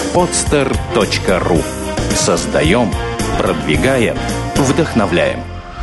podster.ru. Создаем, продвигаем, вдохновляем.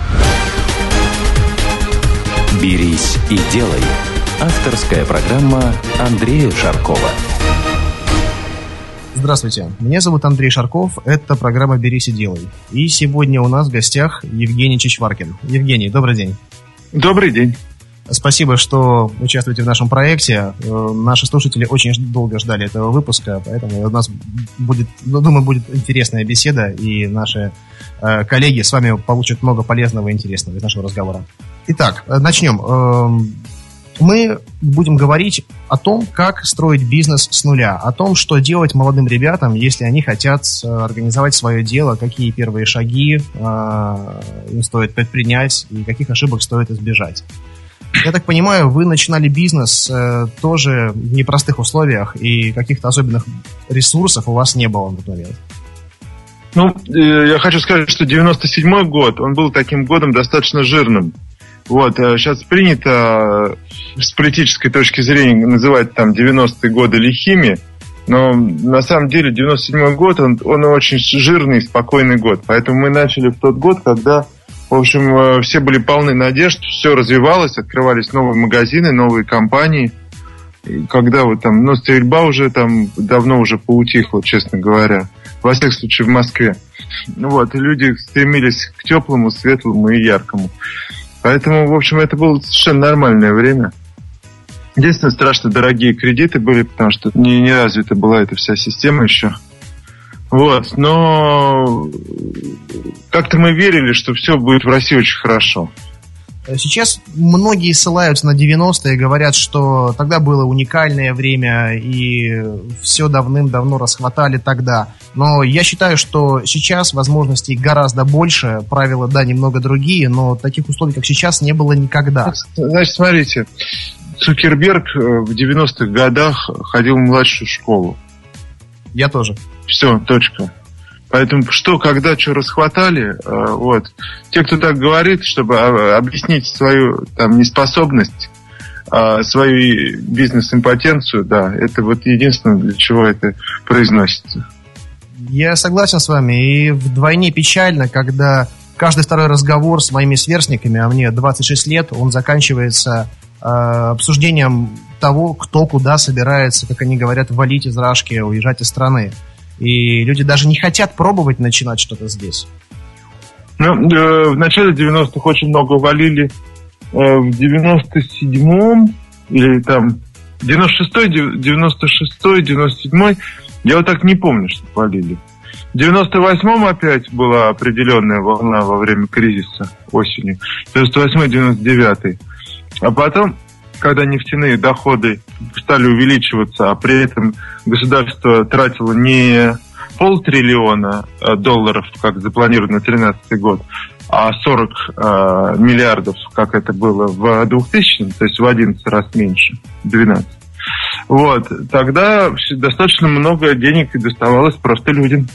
«Берись и делай» – авторская программа Андрея Шаркова. Здравствуйте, меня зовут Андрей Шарков, это программа «Берись и делай». И сегодня у нас в гостях Евгений Чичваркин. Евгений, добрый день. Добрый день. Спасибо, что участвуете в нашем проекте. Наши слушатели очень долго ждали этого выпуска, поэтому у нас будет интересная беседа, и наши коллеги с вами получат много полезного и интересного из нашего разговора. Итак, начнем. Мы будем говорить о том, как строить бизнес с нуля, о том, что делать молодым ребятам, если они хотят организовать свое дело, какие первые шаги им стоит предпринять и каких ошибок стоит избежать. Я так понимаю, вы начинали бизнес тоже в непростых условиях, и каких-то особенных ресурсов у вас не было на тот момент. Я хочу сказать, что 97-й год, он был таким годом достаточно жирным. Сейчас принято с политической точки зрения называть там 90-е годы лихими, но на самом деле 97-й год, он очень жирный и спокойный год. Поэтому мы начали в тот год, когда, в общем, все были полны надежд, все развивалось, открывались новые магазины, новые компании. И когда стрельба уже там давно уже поутихла, честно говоря. Во всяком случае, в Москве. И люди стремились к теплому, светлому и яркому. Поэтому, в общем, это было совершенно нормальное время. Единственное, страшно дорогие кредиты были, потому что не развита была эта вся система еще. Но как-то мы верили, что все будет в России очень хорошо. Сейчас многие ссылаются на 90-е и говорят, что тогда было уникальное время и все давным-давно расхватали тогда. Но я считаю, что сейчас возможностей гораздо больше, правила, да, немного другие, но таких условий, как сейчас, не было никогда. Значит, смотрите, Цукерберг в 90-х годах ходил в младшую школу. Я тоже. Все, точка. Поэтому что, когда, что расхватали, те, кто так говорит, чтобы объяснить свою неспособность, свою бизнес-импотенцию, да, это единственное, для чего это произносится. Я согласен с вами, и вдвойне печально, когда каждый второй разговор с моими сверстниками, а мне 26 лет, он заканчивается обсуждением того, кто куда собирается, как они говорят, валить из Рашки, уезжать из страны. И люди даже не хотят пробовать начинать что-то здесь. В начале 90-х очень много валили. В 97-м или 96-й, 96-й, 97-й, я так не помню, что валили. В 98-м опять была определенная волна во время кризиса осенью. 98-й, 99-й. А потом, когда нефтяные доходы стали увеличиваться, а при этом государство тратило не $500 триллиона долларов, как запланировано на 2013 год, а 40 миллиардов, как это было в 2000-м, то есть в 11 раз меньше, 12. Тогда достаточно много денег доставалось просто людям.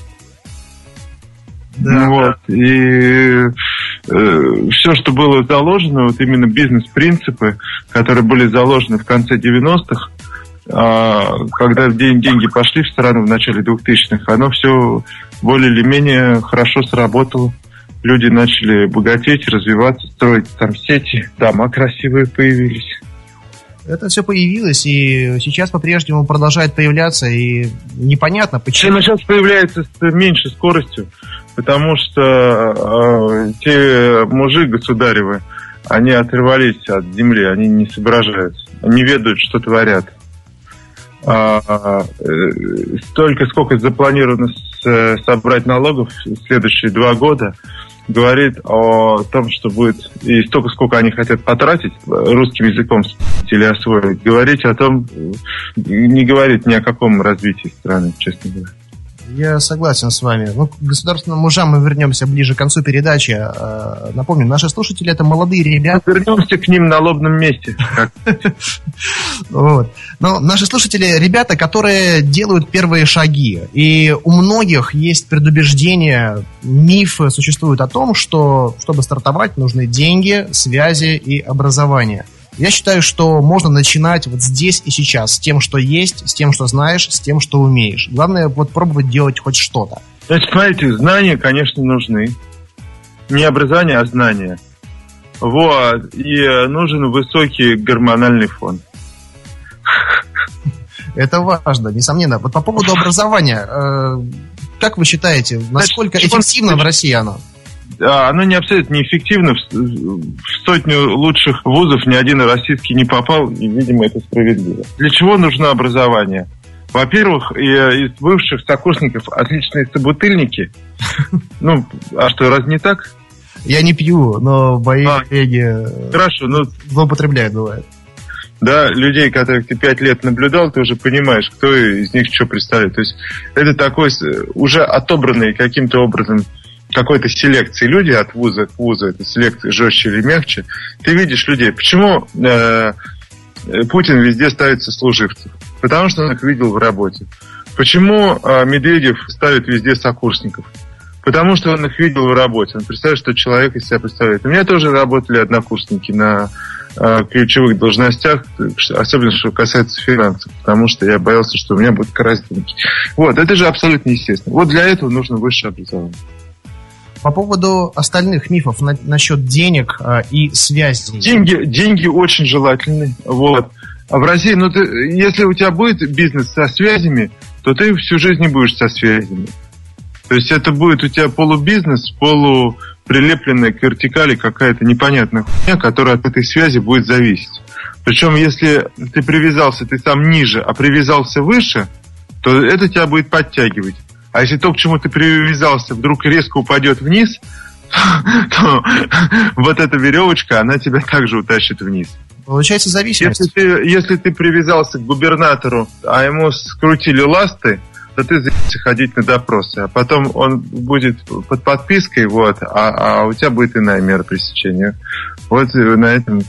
Да. И все, что было заложено, именно бизнес-принципы, которые были заложены в конце 90-х, когда деньги пошли в страну в начале 2000-х, оно все более или менее хорошо сработало. Люди начали богатеть, развиваться, строить сети, дома красивые появились. Это все появилось, и сейчас по-прежнему продолжает появляться, и непонятно, почему. Но сейчас появляется с меньшей скоростью, потому что те мужи государевы, они оторвались от земли, они не соображаются, они ведают, что творят. Столько, сколько запланировано собрать налогов в следующие 2 года, говорит о том, что будет, и столько, сколько они хотят потратить, русским языком или освоить, говорить о том, не говорит ни о каком развитии страны, честно говоря. Я согласен с вами. К государственным мужам мы вернемся ближе к концу передачи. Напомню, наши слушатели — это молодые ребята. Вернемся к ним на лобном месте. Но наши слушатели — ребята, которые делают первые шаги. И у многих есть предубеждение, мифы существуют о том, что чтобы стартовать, нужны деньги, связи и образование. Я считаю, что можно начинать вот здесь и сейчас, с тем, что есть, с тем, что знаешь, с тем, что умеешь. Главное, вот пробовать делать хоть что-то. Значит, смотрите, знания, конечно, нужны. Не образование, а знания. Вот. И нужен высокий гормональный фон. Это важно, несомненно. Вот по поводу образования, как вы считаете, насколько эффективно в России оно? Оно не абсолютно неэффективно. В сотню лучших вузов ни один российский не попал, и, видимо, это справедливо. Для чего нужно образование? Во-первых, из бывших сокурсников отличные собутыльники. Ну, а что, раз не так? Я не пью, но мои коллеги злоупотребляют, бывает. Да, людей, которых ты 5 лет наблюдал, ты уже понимаешь, кто из них что представляет. То есть это такой уже отобранный каким-то образом какой-то селекции люди от вуза к вузу, это селекция жестче или мягче. Ты видишь людей. Почему Путин везде ставит сослуживцев? Потому что он их видел в работе. Почему Медведев ставит везде сокурсников? Потому что он их видел в работе. Он представляет, что человек из себя представляет. У меня тоже работали однокурсники на ключевых должностях, особенно что касается финансов, потому что я боялся, что у меня будут красть деньги. Вот, это же абсолютно естественно. Вот для этого нужно высшее образование. По поводу остальных мифов насчет денег и связей. Деньги очень желательны. Вот. А в России, если у тебя будет бизнес со связями, то ты всю жизнь не будешь со связями. То есть это будет у тебя полубизнес, полуприлепленная к вертикали какая-то непонятная хуйня, которая от этой связи будет зависеть. Причем, если ты привязался, ты сам ниже, а привязался выше, то это тебя будет подтягивать. А если то, к чему ты привязался, вдруг резко упадет вниз, то вот эта веревочка, она тебя также утащит вниз. Получается зависимость. Если ты привязался к губернатору, а ему скрутили ласты, то ты заебешься ходить на допросы. А потом он будет под подпиской, вот, а у тебя будет иная мера пресечения. Вот на этом,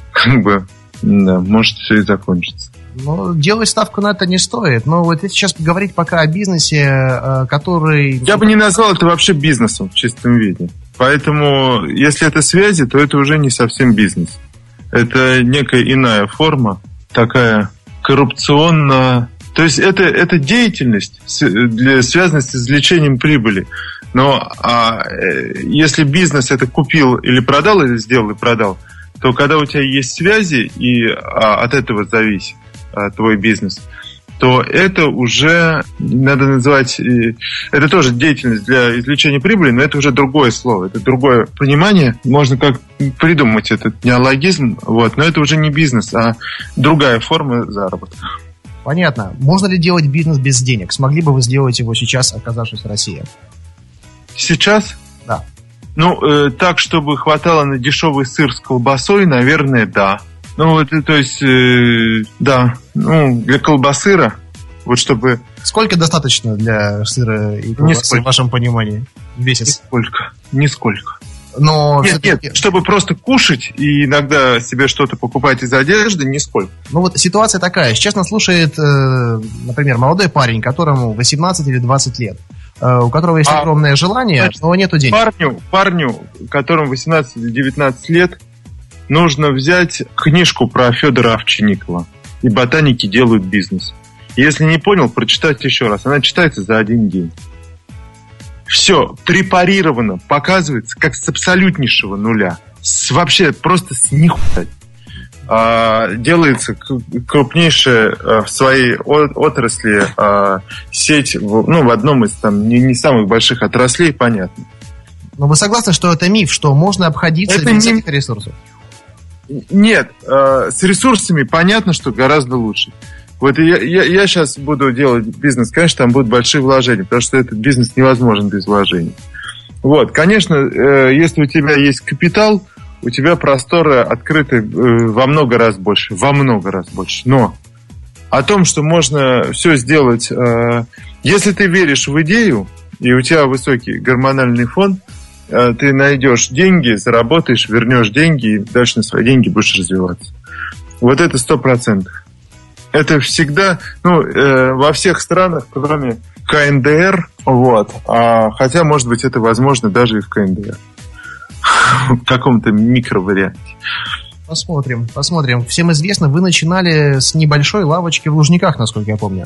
может все и закончится. Ну, делать ставку на это не стоит. Но вот если сейчас говорить пока о бизнесе, который... Я бы не назвал это вообще бизнесом в чистом виде. Поэтому, если это связи, то это уже не совсем бизнес. Это некая иная форма, такая коррупционная. То есть это деятельность, связанная с извлечением прибыли. Но если бизнес это купил или продал, или сделал и продал, то когда у тебя есть связи, и от этого зависит твой бизнес, то это уже надо называть... Это тоже деятельность для извлечения прибыли, но это уже другое слово, это другое понимание. Можно как придумать этот неологизм, вот, но это уже не бизнес, а другая форма заработка. Понятно. Можно ли делать бизнес без денег? Смогли бы вы сделать его сейчас, оказавшись в России? Сейчас? Да. Так, чтобы хватало на дешевый сыр с колбасой, наверное, да. Да. Для колбасыра, вот чтобы... Сколько достаточно для сыра и колбасы, в вашем понимании, в месяц? Нисколько. Но нет, чтобы просто кушать и иногда себе что-то покупать из одежды, нисколько. Вот ситуация такая. Сейчас нас слушает, например, молодой парень, которому 18 или 20 лет, у которого есть огромное желание, но нету денег. Парню, которому 18 или 19 лет, нужно взять книжку про Федора Овчинникова. И ботаники делают бизнес. Если не понял, прочитать еще раз. Она читается за один день. Все препарировано, показывается, как с абсолютнейшего нуля. Вообще просто с нихуя. Делается крупнейшая в своей отрасли сеть, в одном из не самых больших отраслей, понятно. Но вы согласны, что это миф, что можно обходиться без этих ресурсов? Нет, с ресурсами понятно, что гораздо лучше. Вот я сейчас буду делать бизнес, конечно, там будут большие вложения, потому что этот бизнес невозможен без вложений. Вот, конечно, если у тебя есть капитал, у тебя просторы открыты во много раз больше. Но о том, что можно все сделать, если ты веришь в идею, и у тебя высокий гормональный фон, ты найдешь деньги, заработаешь, вернешь деньги, и дальше на свои деньги будешь развиваться. Вот это 100%. Это всегда, во всех странах, кроме КНДР, вот. Хотя, может быть, это возможно даже и в КНДР. В каком-то микроварианте. Посмотрим. Всем известно, вы начинали с небольшой лавочки в Лужниках, насколько я помню.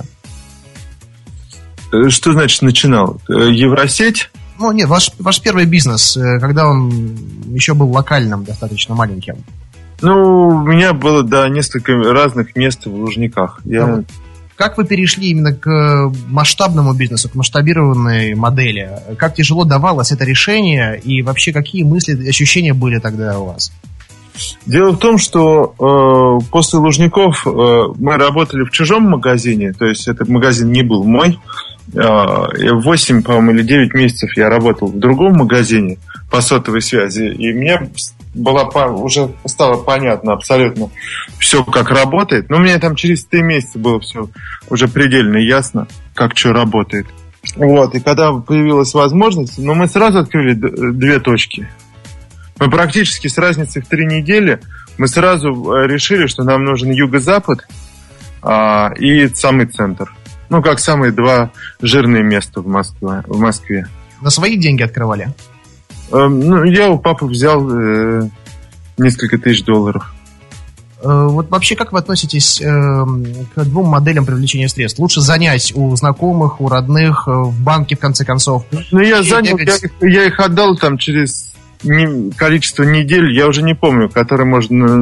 Что значит начинал? Евросеть? Ну, нет, ваш первый бизнес, когда он еще был локальным, достаточно маленьким. Ну, у меня было, несколько разных мест в Лужниках. Как вы перешли именно к масштабному бизнесу, к масштабированной модели? Как тяжело давалось это решение? И вообще, какие мысли, ощущения были тогда у вас? Дело в том, что после Лужников мы работали в чужом магазине. То есть этот магазин не был мой. 8, по-моему, или 9 месяцев я работал в другом магазине по сотовой связи, и мне уже стало понятно абсолютно все, как работает. Но у меня там через 3 месяца было все уже предельно ясно, как что работает. Вот, и когда появилась возможность, мы сразу открыли 2 точки. Мы практически с разницей в 3 недели мы сразу решили, что нам нужен юго-запад и самый центр. Ну, как самые 2 жирные места в Москве. На свои деньги открывали? Я у папы взял несколько тысяч долларов. Вот вообще, как вы относитесь к 2 моделям привлечения средств? Лучше занять у знакомых, у родных, в банке, в конце концов? Я занял, я их отдал там через количество недель, я уже не помню, которые можно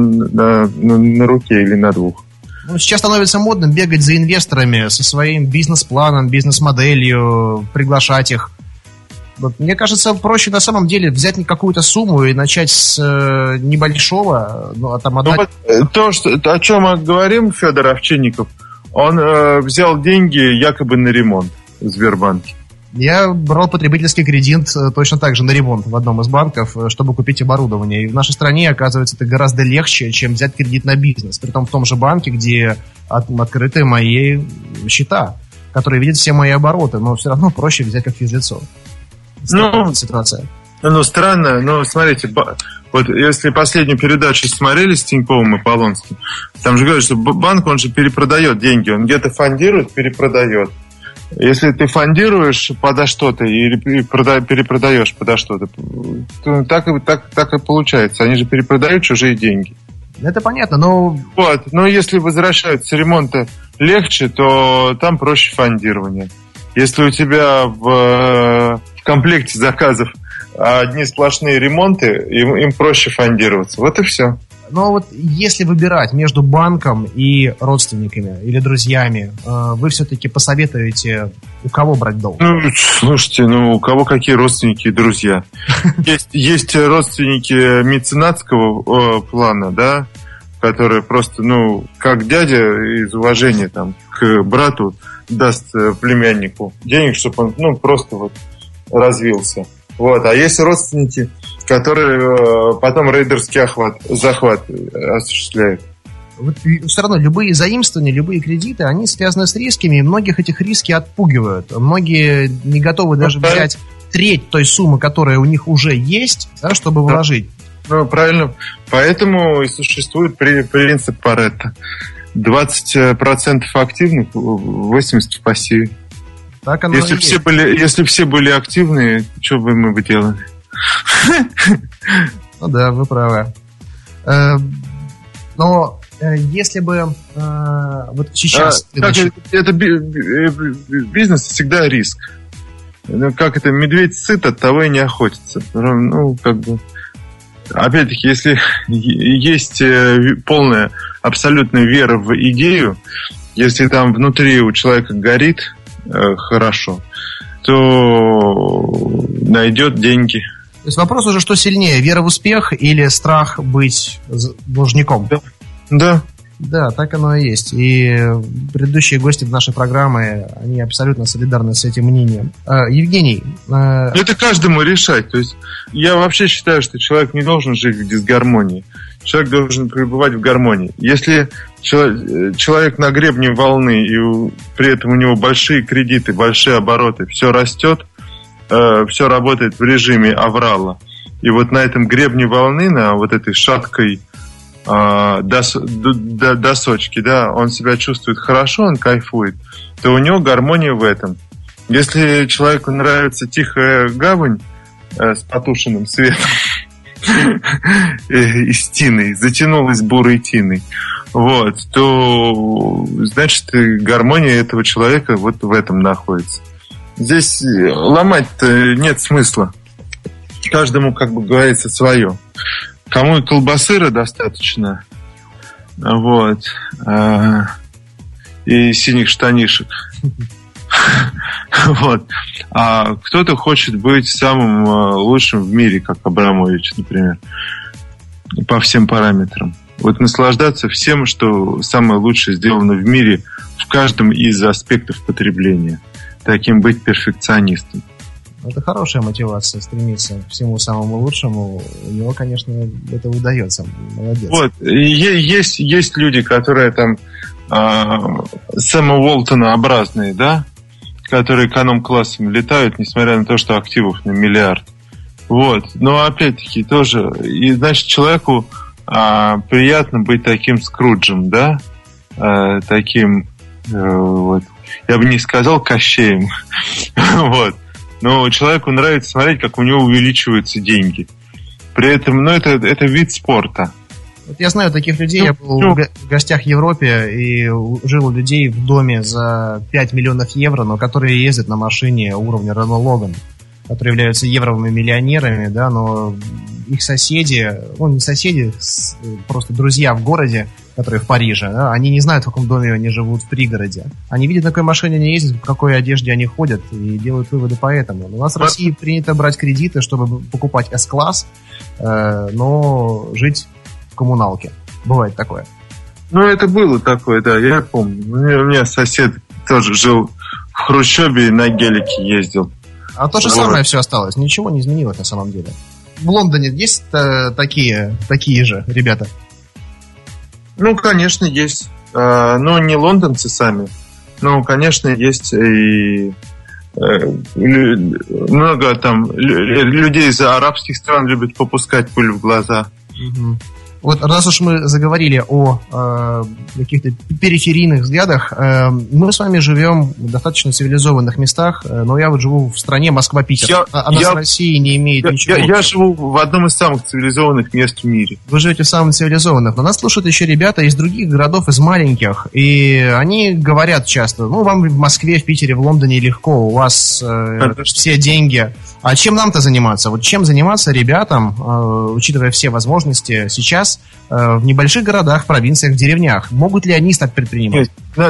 на руке или на 2. Ну, сейчас становится модным бегать за инвесторами со своим бизнес-планом, бизнес-моделью, приглашать их. Вот, мне кажется, проще на самом деле взять какую-то сумму и начать с небольшого, отдать... То, о чем мы говорим, Федор Овчинников, он взял деньги якобы на ремонт в Сбербанке. Я брал потребительский кредит точно так же на ремонт в одном из банков, чтобы купить оборудование. И в нашей стране, оказывается, это гораздо легче, чем взять кредит на бизнес. Притом в том же банке, где открыты мои счета, которые видят все мои обороты. Но все равно проще взять как физлицо. Ситуация. Странно. Смотрите, вот если последнюю передачу смотрели с Тиньковым и Полонским, там же говорят, что банк, он же перепродает деньги. Он где-то фондирует, перепродает. Если ты фондируешь подо что-то или перепродаешь подо что-то, то так и получается. Они же перепродают чужие деньги. Это понятно, но... Но если возвращаются ремонта легче, то там проще фондирование. Если у тебя в комплекте заказов одни сплошные ремонты, им проще фондироваться. Вот и все. Но вот если выбирать между банком и родственниками или друзьями, вы все-таки посоветуете, у кого брать долг? Слушайте, у кого какие родственники и друзья? Есть родственники меценатского плана, да, которые просто, как дядя из уважения к брату даст племяннику денег, чтобы он просто развился. Вот. А есть родственники, которые потом рейдерский захват осуществляют. Вот, все равно любые заимствования, любые кредиты, они связаны с рисками, и многих этих риски отпугивают. Многие не готовы даже взять треть той суммы, которая у них уже есть, да, чтобы вложить. Правильно. Поэтому и существует принцип Паретто. 20% активных, 80% в пассиве. Если все были активные, что бы мы делали? Да, вы правы. Но если бы вот сейчас... Это бизнес всегда риск. Как это, медведь сыт, от того и не охотится. Опять-таки, если есть полная, абсолютная вера в идею, если там внутри у человека горит хорошо, то найдет деньги. То есть вопрос уже, что сильнее, вера в успех или страх быть должником? Да. Да, так оно и есть. И предыдущие гости в нашей программе, они абсолютно солидарны с этим мнением. Евгений... Это каждому решать. То есть я вообще считаю, что человек не должен жить в дисгармонии. Человек должен пребывать в гармонии. Если человек на гребне волны, и при этом у него большие кредиты, большие обороты, все растет, все работает в режиме аврала, и вот на этом гребне волны, на вот этой шаткой досочки, да, он себя чувствует хорошо, он кайфует, то у него гармония в этом. Если человеку нравится тихая гавань с потушенным светом, из тины, затянулась бурой тиной, вот, то, значит, гармония этого человека вот в этом находится. Здесь ломать-то нет смысла. Каждому, как бы говорится, свое. Кому и колбасыра достаточно, вот, и синих штанишек. Вот. А кто-то хочет быть самым лучшим в мире, как Абрамович, например, по всем параметрам. Вот наслаждаться всем, что самое лучшее сделано в мире в каждом из аспектов потребления. Таким быть перфекционистом. Это хорошая мотивация, стремиться к всему самому лучшему. У него, конечно, это удается. Молодец. Вот. Есть люди, которые там Сэма Уолтона-образные, да? Которые эконом-классом летают, несмотря на то, что активов на миллиард. Вот. Но опять-таки тоже, и значит, человеку приятно быть таким Скруджем, да? Таким, вот. Я бы не сказал Кощеем. Вот. Но человеку нравится смотреть, как у него увеличиваются деньги. При этом, это вид спорта. Вот я знаю таких людей, я был в гостях в Европе и жил у людей в доме за 5 миллионов евро, но которые ездят на машине уровня Renault Logan, которые являются евровыми миллионерами, да, но их соседи, не соседи, просто друзья в городе, которые в Париже, да, они не знают, в каком доме они живут в пригороде. Они видят, на какой машине они ездят, в какой одежде они ходят, и делают выводы по этому. У нас в России принято брать кредиты, чтобы покупать S-класс, но жить в коммуналке. Бывает такое. Это было такое, да, я помню. У меня сосед тоже жил в хрущебе и на гелике ездил. А то же самое все осталось, ничего не изменилось на самом деле. В Лондоне есть такие же ребята? Конечно, есть. Но не лондонцы сами. Конечно, есть и много там людей из арабских стран любят попускать пыль в глаза. Угу. Вот раз уж мы заговорили о каких-то периферийных взглядах, мы с вами живем в достаточно цивилизованных местах, но я вот живу в стране Москва-Питер. Она с Россией не имеет ничего. Я живу в одном из самых цивилизованных мест в мире. Вы живете в самых цивилизованных, но нас слушают еще ребята из других городов, из маленьких, и они говорят часто, вам в Москве, в Питере, в Лондоне легко, у вас все деньги. А чем нам-то заниматься? Вот чем заниматься ребятам, учитывая все возможности сейчас в небольших городах, в провинциях, в деревнях? Могут ли они стать предпринимателями?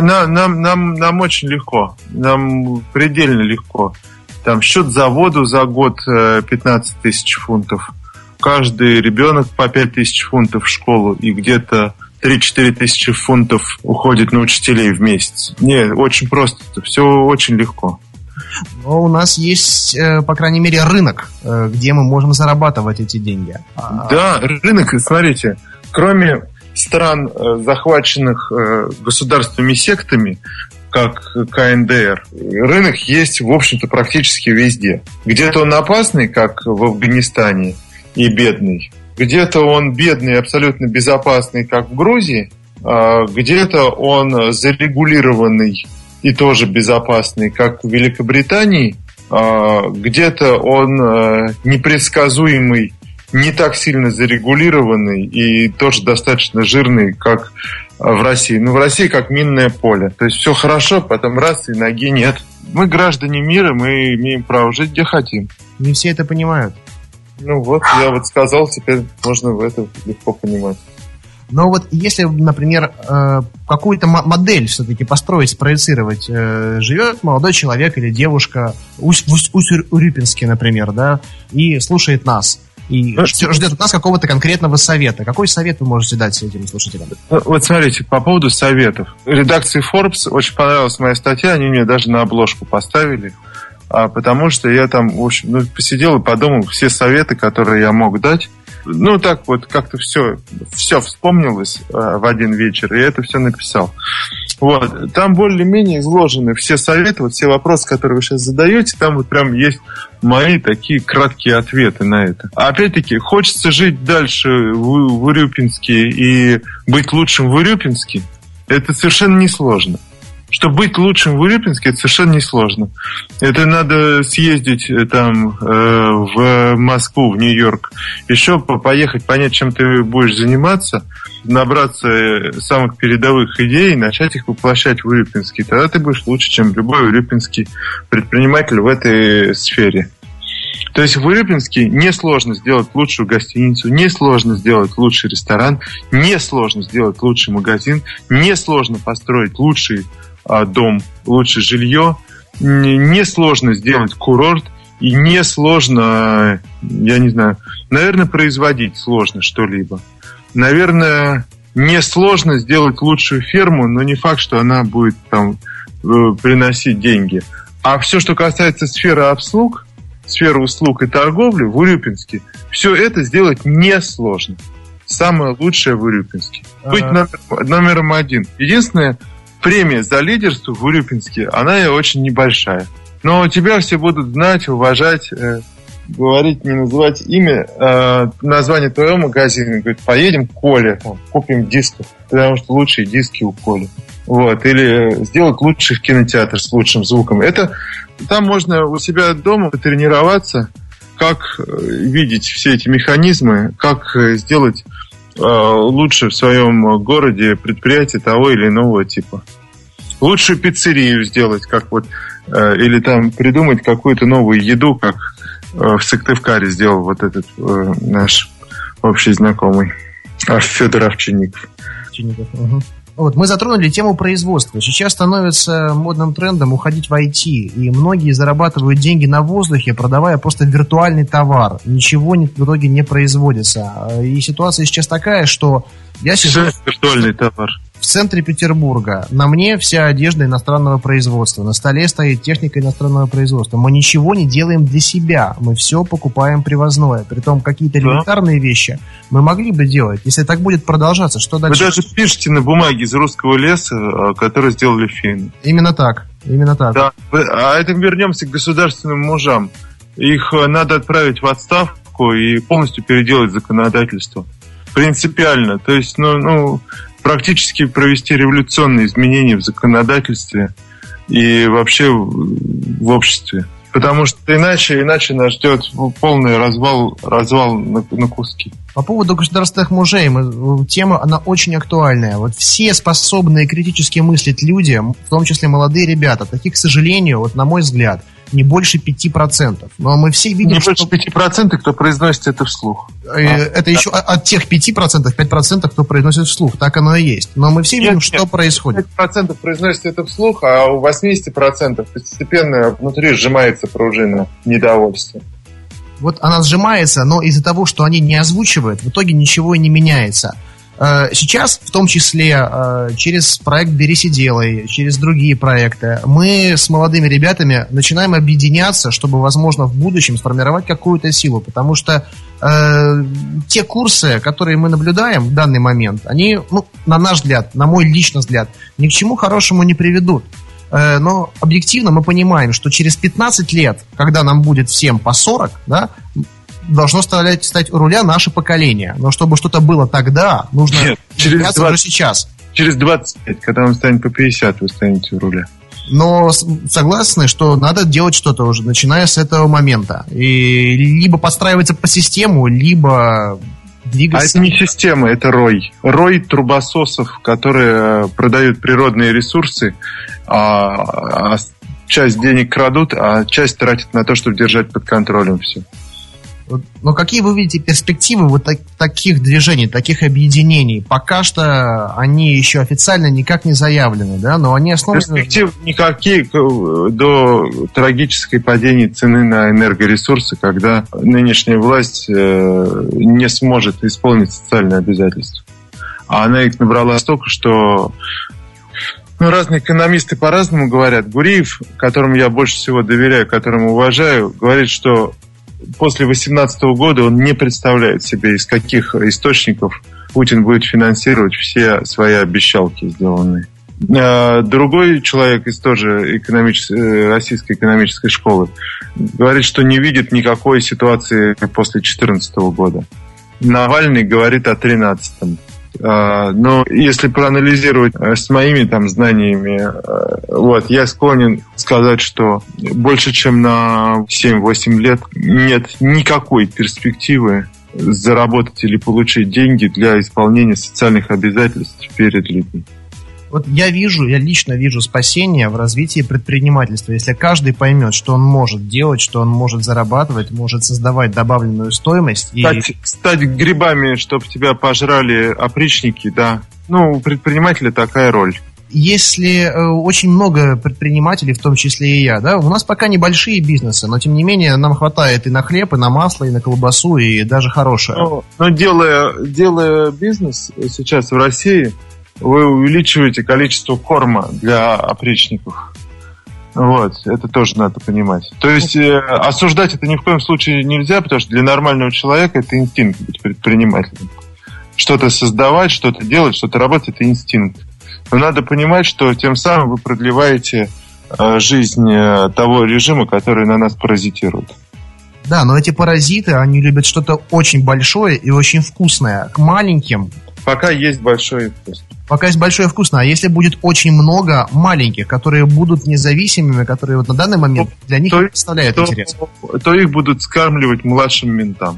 Нам очень легко. Нам предельно легко. Там счет за воду за год 15 тысяч фунтов. Каждый ребенок по 5 тысяч фунтов в школу. И где-то 3-4 тысячи фунтов уходит на учителей в месяц. Очень просто. Это все очень легко. Но у нас есть, по крайней мере, рынок, где мы можем зарабатывать эти деньги. Да, рынок, смотрите, кроме стран, захваченных государственными сектами, как КНДР, рынок есть, в общем-то, практически везде. Где-то он опасный, как в Афганистане, и бедный. Где-то он бедный, абсолютно безопасный, как в Грузии. Где-то он зарегулированный и тоже безопасный, как в Великобритании. Где-то он непредсказуемый, не так сильно зарегулированный и тоже достаточно жирный, как в России. В России как минное поле. То есть все хорошо, потом раз, и ноги нет. Мы граждане мира, мы имеем право жить где хотим. Не все это понимают. Я сказал, теперь можно это легко понимать. Но вот если, например, какую-то модель все-таки построить, спроецировать, живет молодой человек или девушка в Усть-Урюпинске, например, да, и слушает нас, и ждет от нас какого-то конкретного совета. Какой совет вы можете дать этим слушателям? Вот смотрите, по поводу советов. Редакции Forbes очень понравилась моя статья, они мне даже на обложку поставили, потому что я там, в общем, посидел и подумал все советы, которые я мог дать. Так вот как-то все вспомнилось в один вечер, и я это все написал. Там более-менее изложены все советы, все вопросы, которые вы сейчас задаете, там прям есть мои такие краткие ответы на это. Опять-таки, хочется жить дальше в Урюпинске и быть лучшим в Урюпинске, это совершенно несложно. что быть лучшим в Урюпинске, это совершенно несложно. Это надо съездить там в Москву, в Нью-Йорк, еще поехать, понять, чем ты будешь заниматься, набраться самых передовых идей и начать их воплощать в Урюпинске. Тогда ты будешь лучше, чем любой урюпинский предприниматель в этой сфере. То есть в Урюпинске несложно сделать лучшую гостиницу, несложно сделать лучший ресторан, несложно сделать лучший магазин, несложно построить лучший дом, лучшее жилье, несложно сделать курорт и несложно, я не знаю, наверное, производить сложно что-либо. Наверное, несложно сделать лучшую ферму, но не факт, что она будет там приносить деньги. А все, что касается сферы услуг и торговли в Урюпинске, все это сделать несложно. Самое лучшее в Урюпинске. Быть номером один. Единственное, премия за лидерство в Урюпинске, она очень небольшая. Но тебя все будут знать, уважать, говорить, не называть имя, название твоего магазина. Говорит, поедем к Коле, купим дисков, потому что лучшие диски у Коли. Вот. Или сделать лучший кинотеатр с лучшим звуком. Там можно у себя дома потренироваться, как видеть все эти механизмы, как сделать лучше в своем городе предприятие того или иного типа. Лучшую пиццерию сделать, как или там придумать какую-то новую еду, как в Сыктывкаре сделал вот этот наш общий знакомый Федор Овчинников. Угу. Вот, мы затронули тему производства. Сейчас становится модным трендом уходить в IT, и многие зарабатывают деньги на воздухе, продавая просто виртуальный товар. Ничего в итоге не производится. И ситуация сейчас такая, что я сижу виртуальный товар в центре Петербурга. На мне вся одежда иностранного производства. На столе стоит техника иностранного производства. Мы ничего не делаем для себя. Мы все покупаем привозное. Притом какие-то элементарные вещи мы могли бы делать. Если так будет продолжаться, что дальше? Вы даже пишете на бумаге из русского леса, который сделали финны. Именно так. Да. А это вернемся к государственным мужам. Их надо отправить в отставку и полностью переделать законодательство. Принципиально. То есть, практически провести революционные изменения в законодательстве и вообще в обществе. Потому что иначе нас ждет полный развал на куски. По поводу государственных мужей, тема, она очень актуальная. Вот все способные критически мыслить люди, в том числе молодые ребята, таких, к сожалению, на мой взгляд, не больше 5%. Но мы все видим, не больше 5%, кто произносит это вслух. Это еще от тех 5%, кто произносит вслух. Так оно и есть. Но мы все видим, что происходит. 5% произносит это вслух, а у 80% постепенно внутри сжимается пружина недовольства. Вот она сжимается, но из-за того, что они не озвучивают, в итоге ничего и не меняется. Сейчас, в том числе через проект «Берись и делай», через другие проекты, мы с молодыми ребятами начинаем объединяться, чтобы, возможно, в будущем сформировать какую-то силу. Потому что те курсы, которые мы наблюдаем в данный момент, они, на наш взгляд, на мой личный взгляд, ни к чему хорошему не приведут. Но объективно мы понимаем, что через 15 лет, когда нам будет всем по 40, должно стать у руля наше поколение. Но чтобы что-то было тогда, нужно меняться уже сейчас. Через 25, когда вам станет по 50, вы станете у руля. Но согласны, что надо делать что-то уже, начиная с этого момента. И либо подстраиваться по систему, либо двигаться... А это не система, это рой. Рой трубососов, которые продают природные ресурсы, а часть денег крадут, а часть тратят на то, чтобы держать под контролем все. Но какие вы видите перспективы таких движений, таких объединений? Пока что они еще официально никак не заявлены, да, но они основаны... Перспектив никаких до трагической падения цены на энергоресурсы, когда нынешняя власть не сможет исполнить социальные обязательства. А она их набрала столько, что... разные экономисты по-разному говорят. Гуриев, которому я больше всего доверяю, которому уважаю, говорит, что после 2018 года он не представляет себе, из каких источников Путин будет финансировать все свои обещалки сделанные. Другой человек из тоже российской экономической школы говорит, что не видит никакой ситуации после 2014 года. Навальный говорит о 2013. Но если проанализировать с моими там знаниями, я склонен сказать, что больше чем на 7-8 лет нет никакой перспективы заработать или получить деньги для исполнения социальных обязательств перед людьми. Вот я лично вижу спасение в развитии предпринимательства. Если каждый поймет, что он может делать, что он может зарабатывать, может создавать добавленную стоимость. Стать грибами, чтобы тебя пожрали опричники, да. У предпринимателя такая роль. Если очень много предпринимателей, в том числе и я, да, у нас пока небольшие бизнесы, но тем не менее нам хватает и на хлеб, и на масло, и на колбасу, и даже хорошее. Но делая бизнес сейчас в России, вы увеличиваете количество корма для опричников. Это тоже надо понимать. То есть осуждать это ни в коем случае нельзя, потому что для нормального человека это инстинкт быть предпринимателем. Что-то создавать, что-то делать, что-то работать – это инстинкт. Но надо понимать, что тем самым вы продлеваете жизнь того режима, который на нас паразитирует. Да, но эти паразиты, они любят что-то очень большое и очень вкусное. К маленьким... Пока есть большой вкус. Пока есть большое вкусное. А если будет очень много маленьких, которые будут независимыми, которые на данный момент для них не представляют интерес, то их будут скармливать младшим ментам.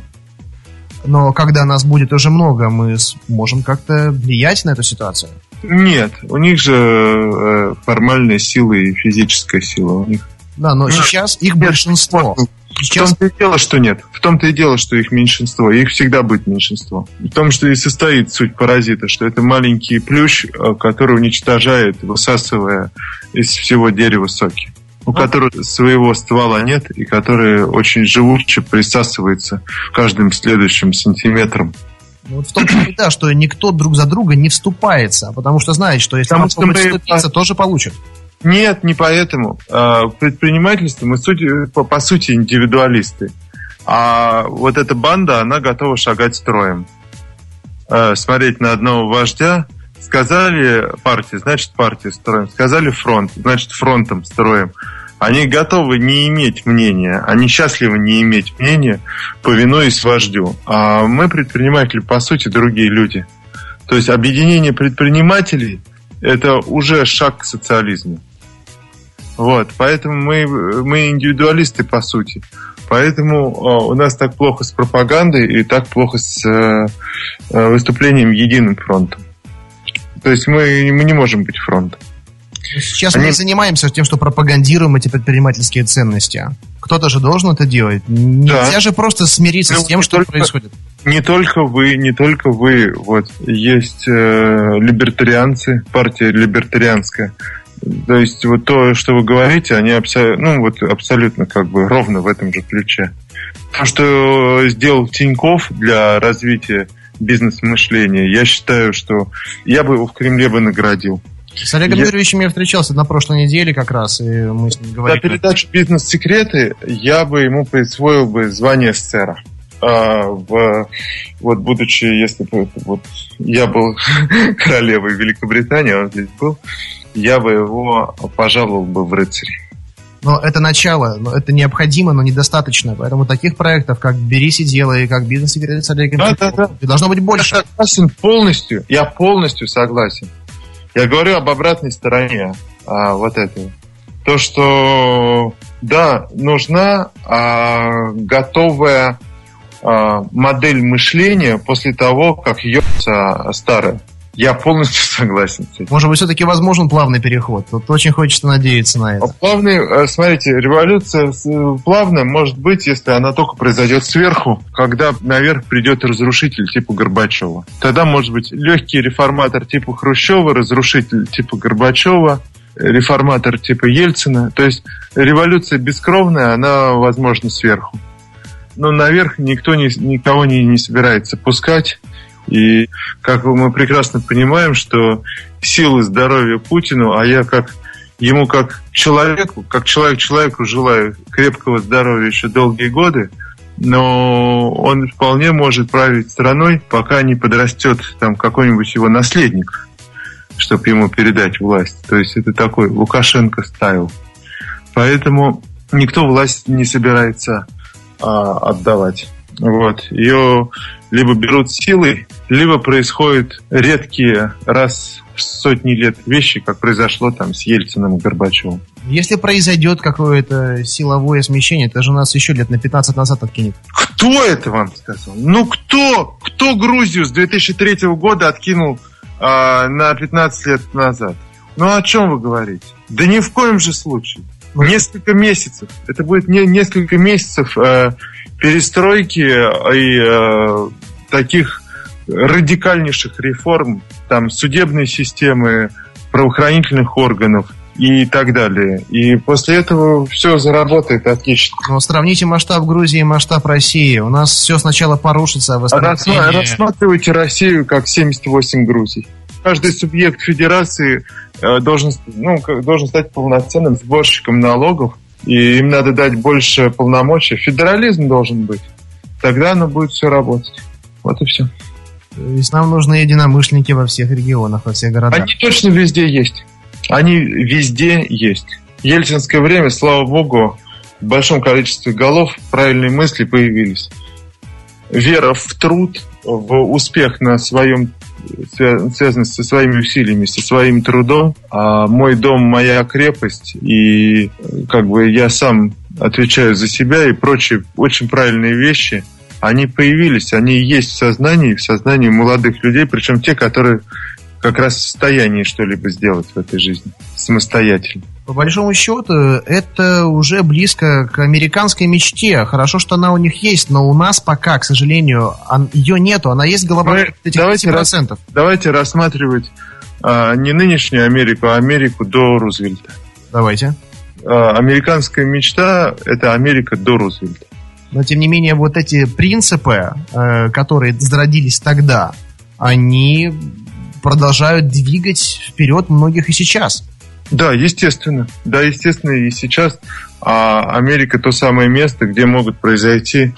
Но когда нас будет уже много, мы сможем как-то влиять на эту ситуацию? Нет, у них же формальная сила и физическая сила у них. Да, но сейчас их большинство. В том-то и дело, что нет. В том-то и дело, что их меньшинство. Их всегда будет меньшинство. В том, что и состоит суть паразита, что это маленький плющ, который уничтожает, высасывая из всего дерева соки. У которого своего ствола нет, и который очень живуче присасывается каждым следующим сантиметром. В том-то и да, что никто друг за друга не вступается, потому что знает, что если он вступиться, тоже получит. Нет, не поэтому. В предпринимательстве мы по сути индивидуалисты. А вот эта банда, она готова шагать строем. Смотреть на одного вождя. Сказали партия, значит партия строим. Сказали фронт, значит фронтом строим. Они готовы не иметь мнения. Они счастливы не иметь мнения, повинуясь вождю. А мы, предприниматели, по сути, другие люди. То есть объединение предпринимателей – это уже шаг к социализму. Поэтому мы индивидуалисты, по сути. Поэтому у нас так плохо с пропагандой и так плохо с выступлением единым фронтом. То есть мы не можем быть фронтом. Сейчас мы занимаемся тем, что пропагандируем эти предпринимательские ценности. Кто-то же должен это делать. Нельзя же просто смириться с тем, что происходит. Не только вы. Есть либертарианцы, партия либертарианская. То есть то, что вы говорите, они абсолютно ровно в этом же ключе. То, что сделал Тинькофф для развития бизнес-мышления, я считаю, что я бы его в Кремле наградил. С Олегом Юрьевичем я встречался на прошлой неделе как раз, и мы с ним говорили. За передачу «Бизнес-секреты» я бы ему присвоил бы звание сэра. Будучи, если бы я был королевой Великобритании, он здесь был, я бы его пожаловал бы в рыцари. Но это начало, но это необходимо, но недостаточно. Поэтому таких проектов, как «Берись и делай», как «Бизнес-секреты» с Олегом Юрьевичем, должно быть больше. Я согласен полностью, я полностью согласен. Я говорю об обратной стороне этого. То, что, да, нужна готовая модель мышления после того, как ёбся старая. Я полностью согласен с этим. Может быть, все-таки возможен плавный переход. Тут очень хочется надеяться на это. Смотрите, революция плавная может быть, если она только произойдет сверху, когда наверх придет разрушитель типа Горбачева. Тогда может быть легкий реформатор типа Хрущева, разрушитель типа Горбачева, реформатор типа Ельцина. То есть революция бескровная, она возможна сверху. Но наверх никого не собирается пускать. И как мы прекрасно понимаем, что силы здоровья Путину, а я как человек человеку желаю крепкого здоровья еще долгие годы, но он вполне может править страной, пока не подрастет там какой-нибудь его наследник, чтобы ему передать власть. То есть это такой Лукашенко-стайл. Поэтому никто власть не собирается отдавать. Вот. Ее либо берут силой, либо происходят редкие раз в сотни лет вещи, как произошло там с Ельциным и Горбачевым. Если произойдет какое-то силовое смещение, это же нас еще лет на 15 назад откинет. Кто это вам сказал? Ну кто? Кто Грузию с 2003 года откинул на 15 лет назад? Ну о чем вы говорите? Да ни в коем же случае. Несколько месяцев. Это будет несколько месяцев перестройки и таких радикальнейших реформ, там, судебной системы, правоохранительных органов и так далее. И после этого все заработает отлично. Но сравните масштаб Грузии и масштаб России. У нас все сначала порушится, а восстановление... Рассматривайте Россию как 78 Грузий. Каждый субъект федерации должен стать полноценным сборщиком налогов, и им надо дать больше полномочий. Федерализм должен быть. Тогда оно будет все работать. Вот и все. То есть нам нужны единомышленники во всех регионах, во всех городах. Они точно везде есть. Они везде есть. Ельцинское время, слава богу, в большом количестве голов правильные мысли появились. Вера в труд, в успех на своем, связанный со своими усилиями, со своим трудом. А мой дом, моя крепость, и как бы я сам отвечаю за себя и прочие очень правильные вещи, они появились, они есть в сознании молодых людей, причем те, которые как раз в состоянии что-либо сделать в этой жизни самостоятельно. По большому счету, это уже близко к американской мечте. Хорошо, что она у них есть, но у нас пока, к сожалению, ее нету. Она есть голова этих 5%. Давайте рассматривать не нынешнюю Америку, а Америку до Рузвельта. Давайте. Американская мечта – это Америка до Рузвельта. Но, тем не менее, вот эти принципы, которые зародились тогда, они продолжают двигать вперед многих и сейчас. Да, естественно. И сейчас Америка то самое место, где могут произойти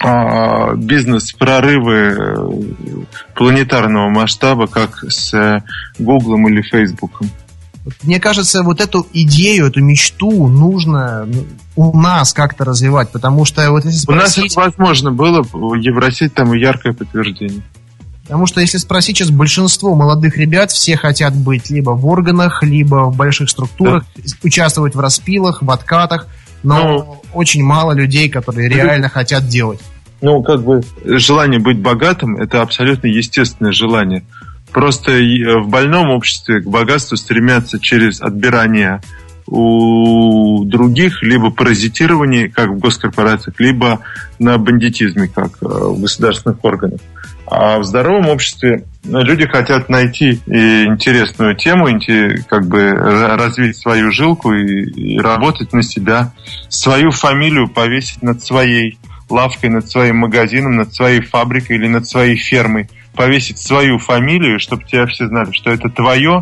бизнес-прорывы планетарного масштаба, как с Гуглом или Фейсбуком. Мне кажется, вот эту идею, эту мечту нужно у нас как-то развивать, потому что вот если спросить... У нас это возможно было, в Евросеть тому яркое подтверждение. Потому что если спросить сейчас большинство молодых ребят, все хотят быть либо в органах, либо в больших структурах, участвовать в распилах, в откатах, но очень мало людей, которые реально хотят делать. Желание быть богатым – это абсолютно естественное желание. Просто в больном обществе к богатству стремятся через отбирание у других, либо паразитирование, как в госкорпорациях, либо на бандитизме, как в государственных органах. А в здоровом обществе люди хотят найти интересную тему, развить свою жилку и работать на себя, свою фамилию повесить над своей лавкой, над своим магазином, над своей фабрикой или над своей фермой, повесить свою фамилию, чтобы тебя все знали, что это твое,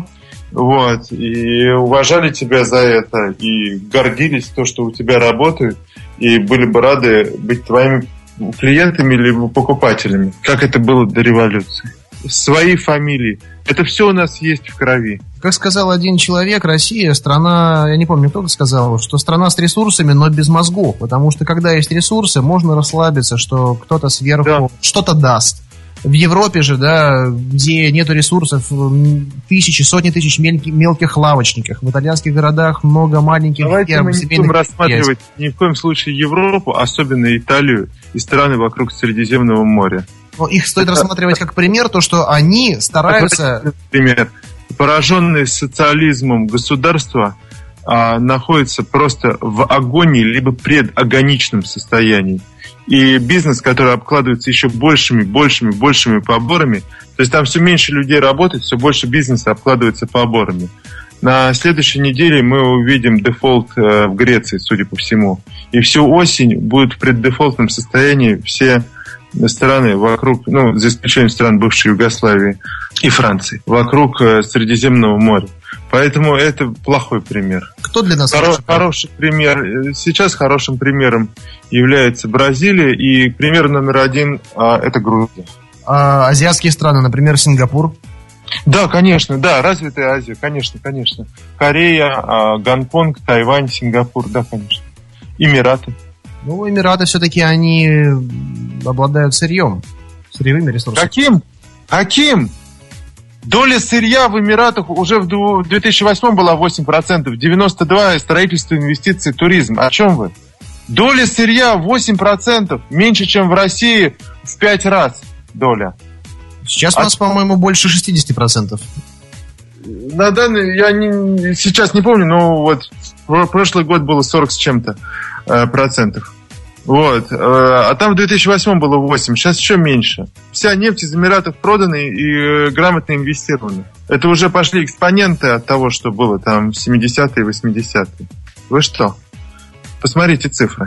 и уважали тебя за это, и гордились то, что у тебя работают, и были бы рады быть твоими клиентами или покупателями, как это было до революции. Свои фамилии. Это все у нас есть в крови. Как сказал один человек, Россия страна, я не помню, кто сказал, что страна с ресурсами, но без мозгов. Потому что когда есть ресурсы, можно расслабиться, что кто-то сверху что-то даст. В Европе же, где нету ресурсов, тысячи, сотни тысяч мелких лавочников. В итальянских городах много маленьких ферм. Давайте мы не будем рассматривать ни в коем случае Европу, особенно Италию и страны вокруг Средиземного моря. Но их стоит рассматривать как пример, то, что они стараются... Например, пораженные социализмом государства находятся просто в агонии, либо предагоничном состоянии. И бизнес, который обкладывается еще большими поборами, то есть там все меньше людей работает, все больше бизнеса обкладывается поборами. На следующей неделе мы увидим дефолт в Греции, судя по всему. И всю осень будут в преддефолтном состоянии все страны вокруг, за исключением стран бывшей Югославии и Франции, вокруг Средиземного моря. Поэтому это плохой пример. Кто для нас хороший пример? Сейчас хорошим примером является Бразилия, и пример номер один это Грузия. А азиатские страны, например, Сингапур? Да, конечно, развитая Азия, конечно. Корея, Гонконг, Тайвань, Сингапур, да, конечно. Эмираты. Эмираты все-таки они обладают сырьевыми ресурсами. Каким? Доля сырья в Эмиратах уже в 2008 была 8%, в 92% строительство, инвестиции, туризм. О чем вы? Доля сырья 8%, меньше, чем в России в 5 раз доля. Сейчас у нас, по-моему, больше 60%. На данный, сейчас не помню, но вот прошлый год было 40 с чем-то процентов. Вот. А там в 2008 было 8, сейчас еще меньше. Вся нефть из Эмиратов продана и грамотно инвестирована. Это уже пошли экспоненты от того, что было там в 70-е и 80-е. Вы что? Посмотрите цифры.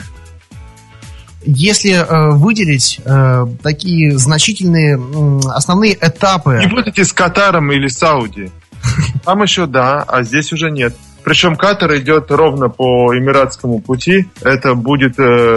Если выделить такие значительные основные этапы... Не путайте с Катаром или Сауди. Там еще да, а здесь уже нет. Причем Катар идет ровно по эмиратскому пути. Это будет,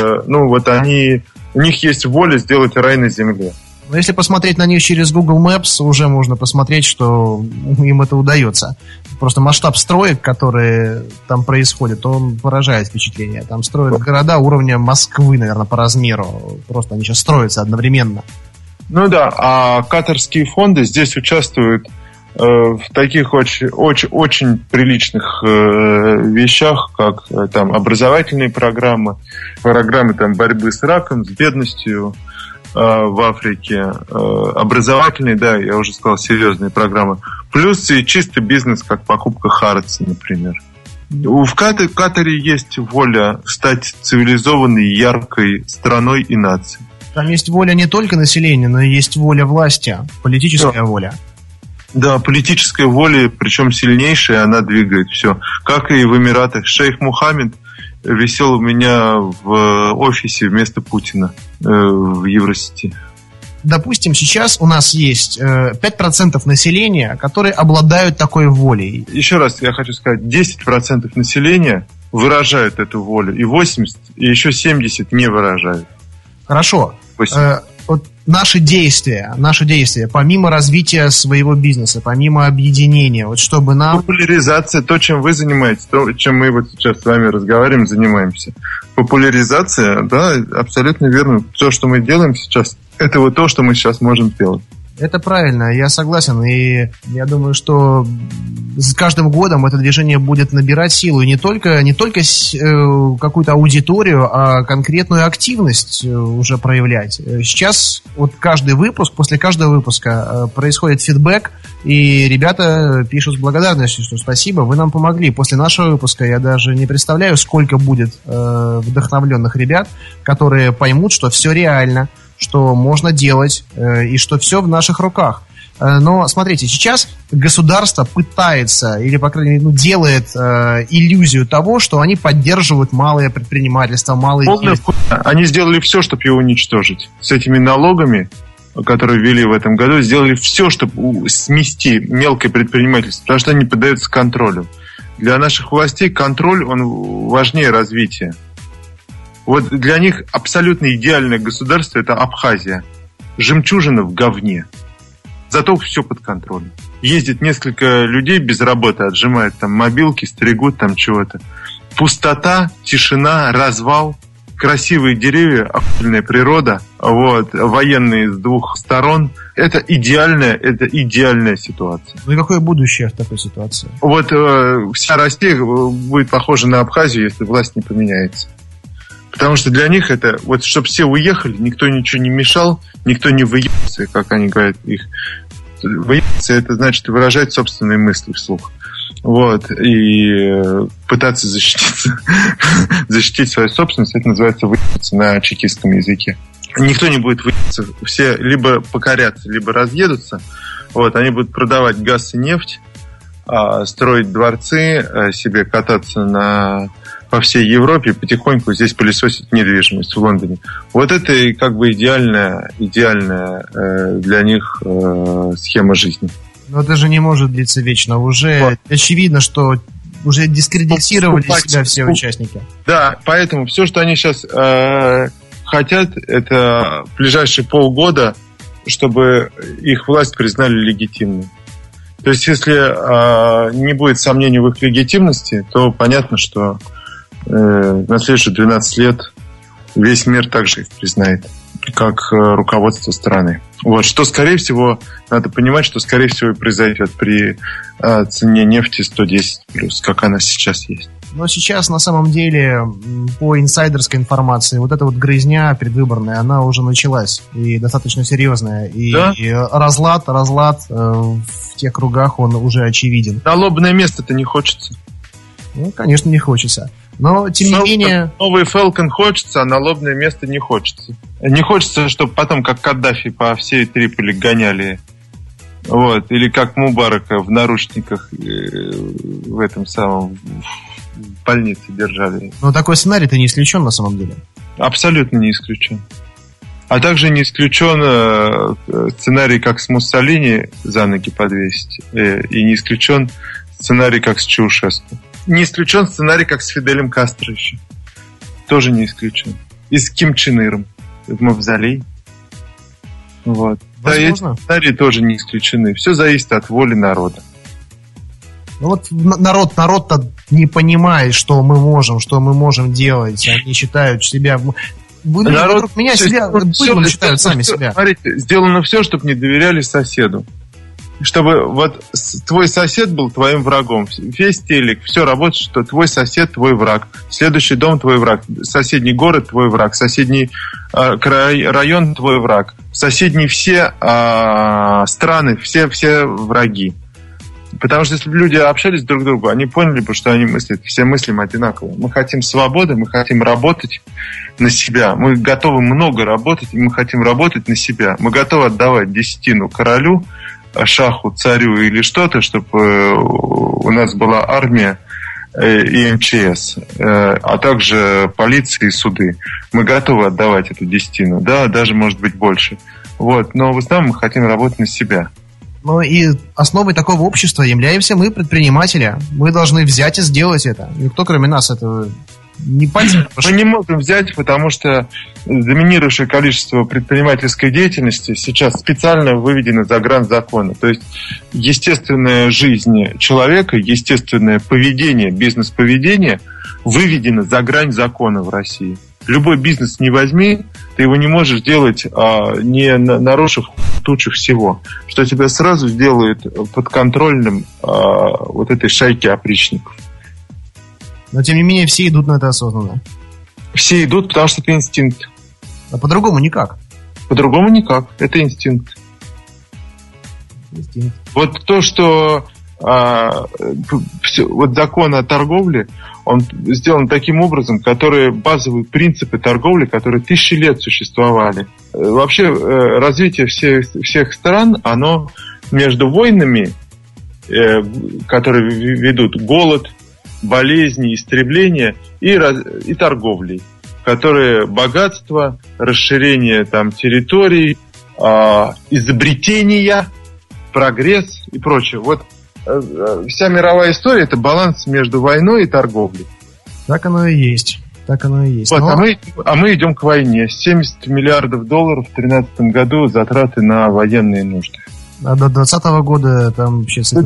у них есть воля сделать рай на земле. Но если посмотреть на них через Google Maps, уже можно посмотреть, что им это удается. Просто масштаб строек, которые там происходят, он поражает впечатление. Там строят города уровня Москвы, наверное, по размеру. Просто они сейчас строятся одновременно. Ну да, а катарские фонды здесь участвуют в таких очень приличных вещах, как там образовательные программы там борьбы с раком, с бедностью в Африке, образовательные, да, я уже сказал, серьезные программы. Плюс и чистый бизнес, как покупка Харатса, например. В Катаре есть воля стать цивилизованной, яркой страной и нацией. Там есть воля не только населения, но и есть воля власти, политическая воля. Да, политическая воля, причем сильнейшая, она двигает все. Как и в Эмиратах. Шейх Мухаммед висел у меня в офисе вместо Путина в Евросети. Допустим, сейчас у нас есть 5% населения, которые обладают такой волей. Еще раз я хочу сказать, 10% населения выражают эту волю, и 80%, и еще 70% не выражают. Хорошо. Вот наши действия, помимо развития своего бизнеса, помимо объединения, вот чтобы нам... Популяризация, то, чем вы занимаетесь, то, чем мы вот сейчас с вами разговариваем, занимаемся. Популяризация, да, абсолютно верно. То, что мы делаем сейчас, это вот то, что мы сейчас можем делать. Это правильно, я согласен, и я думаю, что с каждым годом это движение будет набирать силу, и не только какую-то аудиторию, а конкретную активность уже проявлять. Сейчас вот после каждого выпуска происходит фидбэк, и ребята пишут с благодарностью, что спасибо, вы нам помогли. После нашего выпуска я даже не представляю, сколько будет вдохновленных ребят, которые поймут, что все реально, что можно делать и что все в наших руках. Но смотрите, сейчас государство пытается, или, по крайней мере, делает иллюзию того, что они поддерживают малое предпринимательство, малые бизнес. Они сделали все, чтобы его уничтожить. С этими налогами, которые ввели в этом году, сделали все, чтобы смести мелкое предпринимательство, потому что они поддаются контролю. Для наших властей контроль, он важнее развития. Вот для них абсолютно идеальное государство – это Абхазия. Жемчужина в говне. Зато все под контролем. Ездит несколько людей без работы, отжимают там мобилки, стригут там чего-то. Пустота, тишина, развал, красивые деревья, охуенная природа, вот, военные с двух сторон. Это идеальная ситуация. Ну и какое будущее в такой ситуации? Вот вся Россия будет похожа на Абхазию, если власть не поменяется. Потому что для них это, вот, чтобы все уехали, никто ничего не мешал, никто не выебался, как они говорят их. Выебаться — это значит выражать собственные мысли вслух. Вот. И пытаться защитить свою собственность, это называется выебаться на чекистском языке. Никто не будет выебаться. Все либо покорятся, либо разъедутся. Вот. Они будут продавать газ и нефть, строить дворцы, себе кататься по всей Европе, потихоньку здесь пылесосить недвижимость в Лондоне. Вот это как бы идеальная для них схема жизни. Но это же не может длиться вечно. Уже очевидно, что уже дискредитировали себя все участники. Да, поэтому все, что они сейчас хотят, это в ближайшие полгода, чтобы их власть признали легитимной. То есть, если не будет сомнений в их легитимности, то понятно, что на следующие 12 лет весь мир также их признает. как руководство страны. Вот, что, скорее всего, надо понимать, что, скорее всего, и произойдет при цене нефти 110+, как она сейчас есть. Но сейчас, на самом деле, по инсайдерской информации, вот эта вот грызня предвыборная, она уже началась, и достаточно серьезная. И, да? И разлад в тех кругах, он уже очевиден. На лобное место-то не хочется. Ну, конечно, не хочется. Но, тем не менее... Новый Falcon хочется, а на лобное место не хочется. Не хочется, чтобы потом, как Каддафи, по всей Триполи гоняли. Вот. Или как Мубарака в наручниках в этом самом... в больнице держали. Но такой сценарий-то не исключен на самом деле. Абсолютно не исключен. А также не исключен сценарий, как с Муссолини за ноги подвесить. И не исключен сценарий, как с Чаушеску. Не исключен сценарий, как с Фиделем Кастро еще. Тоже не исключен. И с Ким Чен Иром в мавзолей. Вот. Да, эти сценарии тоже не исключены. Все зависит от воли народа. Ну вот народ-то не понимает, что мы можем делать. Они считают себя... Народ вокруг меня себя быдлом считают сами себя. Смотрите, сделано все, чтобы не доверяли соседу. Чтобы вот твой сосед был твоим врагом. Весь телек, все работает, что твой сосед твой враг. Следующий дом твой враг. Соседний город твой враг. Соседний район твой враг. Соседние все страны, все враги. Потому что если бы люди общались друг к другу, они поняли бы, что они мыслят, все мыслим одинаково. Мы хотим свободы, мы хотим работать на себя. Мы готовы много работать, и мы хотим работать на себя. Мы готовы отдавать десятину королю, шаху, царю или что-то, чтобы у нас была армия и МЧС, а также полиция и суды. Мы готовы отдавать эту десятину, да, даже может быть больше. Вот. Но в основном мы хотим работать на себя. Ну и основой такого общества являемся мы, предприниматели. Мы должны взять и сделать это. Никто, кроме нас, этого не поймет. Мы не можем взять, потому что доминирующее количество предпринимательской деятельности сейчас специально выведено за грань закона. То есть естественная жизнь человека, естественное поведение, бизнес-поведение выведено за грань закона в России. Любой бизнес не возьми, ты его не можешь делать, не нарушив тучу всего, что тебя сразу сделает подконтрольным вот этой шайки опричников. Но, тем не менее, все идут на это осознанно. Все идут, потому что это инстинкт. А по-другому никак. По-другому никак. Это инстинкт. Инстинкт. Вот то, что вот закон о торговле, он сделан таким образом, которые базовые принципы торговли, которые тысячи лет существовали. Вообще развитие всех стран, оно между войнами, которые ведут голод, болезни, истребления и торговлей, которые богатство, расширение там территорий, изобретения, прогресс и прочее. Вот вся мировая история — это баланс между войной и торговлей. Так оно и есть. Так оно и есть. Вот, а мы идем к войне. 70 миллиардов долларов в 2013 году затраты на военные нужды. А до 2020 года там вообще до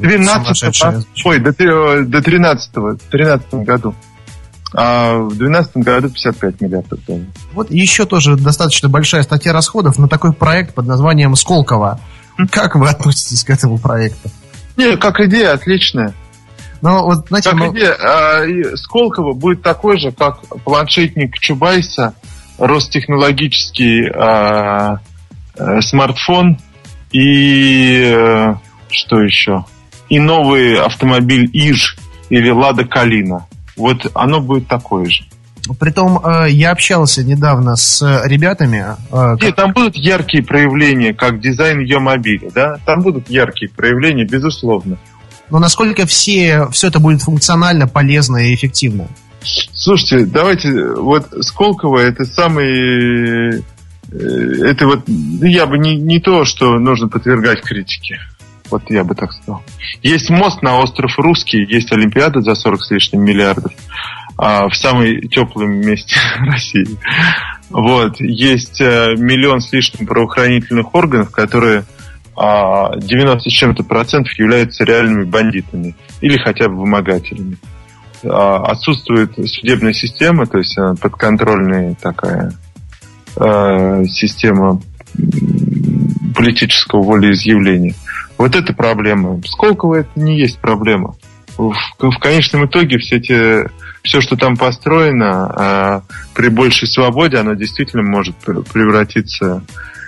13 году. А в 2012 году 55 миллиардов долларов. Вот еще тоже достаточно большая статья расходов на такой проект под названием «Сколково». Как вы относитесь к этому проекту? Не, как идея отличная. Но вот, знаете, идея, Сколково будет такой же, как планшетник Чубайса, Ростехнологический смартфон и что еще? И новый автомобиль ИЖ или Лада Калина. Вот оно будет такое же. Притом, я общался недавно с ребятами. Нет, там будут яркие проявления, как дизайн ее мобиля, да? Там будут яркие проявления, безусловно. Но насколько все это будет функционально, полезно и эффективно? Слушайте, давайте, вот Сколково — это самый... Это вот, я бы не то, что нужно подвергать критике. Вот я бы так сказал. Есть мост на остров Русский, есть Олимпиада за 40 с лишним миллиардов в самом теплом месте России. Вот. Есть 1 миллион с лишним правоохранительных органов, которые 90 с чем-то процентов являются реальными бандитами или хотя бы вымогателями. Отсутствует судебная система, то есть подконтрольная такая система политического волеизъявления. Вот это проблема. Сколково это не есть проблема. В конечном итоге все, что там построено, при большей свободе, оно действительно может превратиться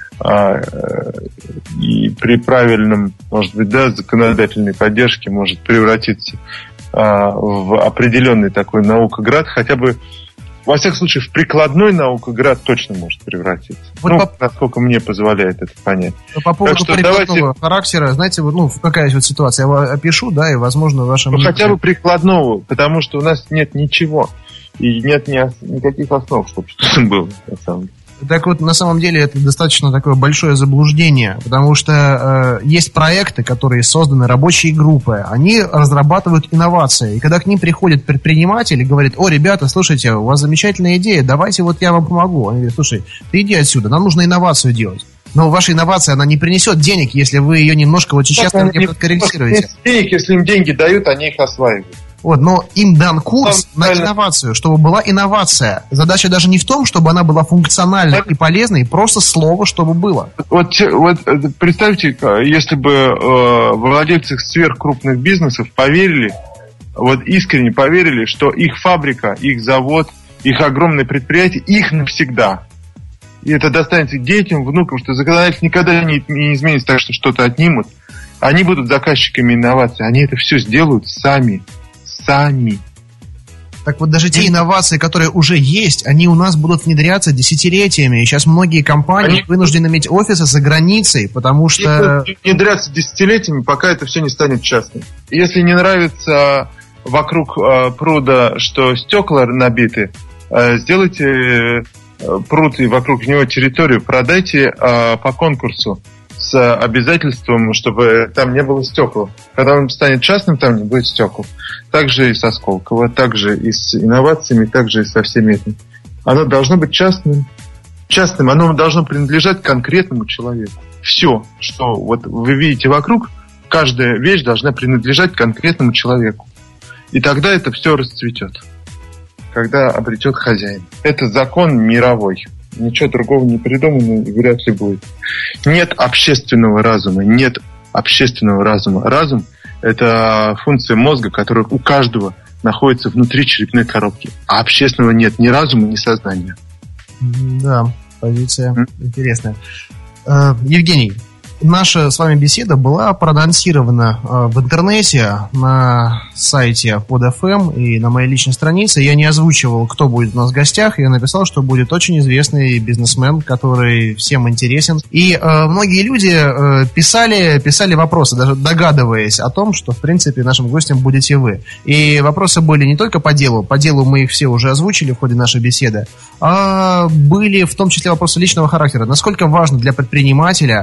и при правильном, может быть, законодательной поддержке может превратиться в определенный такой наукоград, хотя бы, во всяком случае, в прикладной наукоград точно может превратиться. Вот насколько мне позволяет это понять. По поводу прикладного характера, знаете, какая вот ситуация, я опишу, и, возможно, ваша мнение... хотя бы прикладного, потому что у нас нет ничего, и нет никаких основ, чтобы что-то было, на самом деле. Так вот, на самом деле, это достаточно такое большое заблуждение, потому что есть проекты, которые созданы, рабочие группы, они разрабатывают инновации, и когда к ним приходит предприниматель и говорит: о, ребята, слушайте, у вас замечательная идея, давайте я вам помогу. Они говорят: слушай, ты иди отсюда, нам нужно инновацию делать. Но ваша инновация, она не принесет денег, если вы ее немножко сейчас подкорректируете. Денег, если им деньги дают, они их осваивают. Но им дан курс на инновацию, чтобы была инновация. Задача даже не в том, чтобы она была функциональной и полезной, просто слово, чтобы было. Вот представьте, если бы владельцы сверхкрупных бизнесов поверили, искренне поверили, что их фабрика, их завод, их огромное предприятие, их навсегда. И это достанется детям, внукам, что законодатель никогда не изменится так, что что-то отнимут. Они будут заказчиками инноваций, они это все сделают сами. Так вот, даже те инновации, которые уже есть, они у нас будут внедряться десятилетиями. И сейчас многие компании вынуждены иметь офисы за границей, потому что... Внедряться десятилетиями, пока это все не станет частным. Если не нравится вокруг пруда, что стекла набиты, сделайте пруд и вокруг него территорию, продайте по конкурсу с обязательством, чтобы там не было стекол. Когда он станет частным, там не будет стекол. Так же и со Сколково, так же и с инновациями, так же и со всеми этими. Оно должно быть частным. Оно должно принадлежать конкретному человеку. Все, что вы видите вокруг, каждая вещь должна принадлежать конкретному человеку. И тогда это все расцветет. Когда обретет хозяин. Это закон мировой. Ничего другого не придумано и вряд ли будет. Нет общественного разума. Разум – это функция мозга, которая у каждого находится внутри черепной коробки. А общественного нет ни разума, ни сознания. Да, позиция интересная. Евгений, наша с вами беседа была проанонсирована в интернете, на сайте под FM и на моей личной странице. Я не озвучивал, кто будет у нас в гостях. Я написал, что будет очень известный бизнесмен, который всем интересен. И многие люди писали вопросы, даже догадываясь о том, что, в принципе, нашим гостем будете вы. И вопросы были не только по делу. По делу мы их все уже озвучили в ходе нашей беседы. А были в том числе вопросы личного характера. Насколько важно для предпринимателя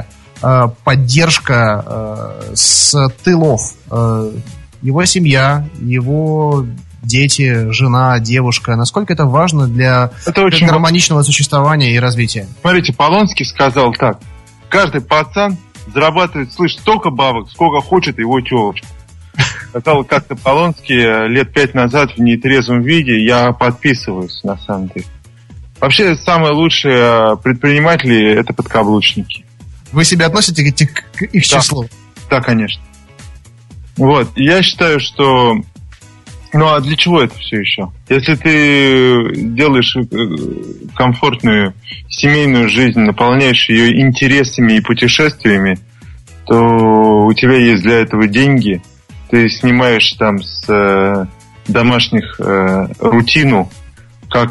поддержка с тылов, его семья, его дети, жена, девушка, насколько это важно для гармоничного существования и развития? Смотрите, Полонский сказал так: каждый пацан зарабатывает, столько бабок, сколько хочет его тёлочка. Сказал как-то Полонский лет 5 назад в нетрезвом виде. Я подписываюсь, на самом деле. Вообще, самые лучшие предприниматели – это подкаблучники. Вы себя относите к их числу? Да, конечно. Я считаю, что... а для чего это все еще? Если ты делаешь комфортную семейную жизнь, наполняешь ее интересами и путешествиями, то у тебя есть для этого деньги. Ты снимаешь там с домашних рутину, как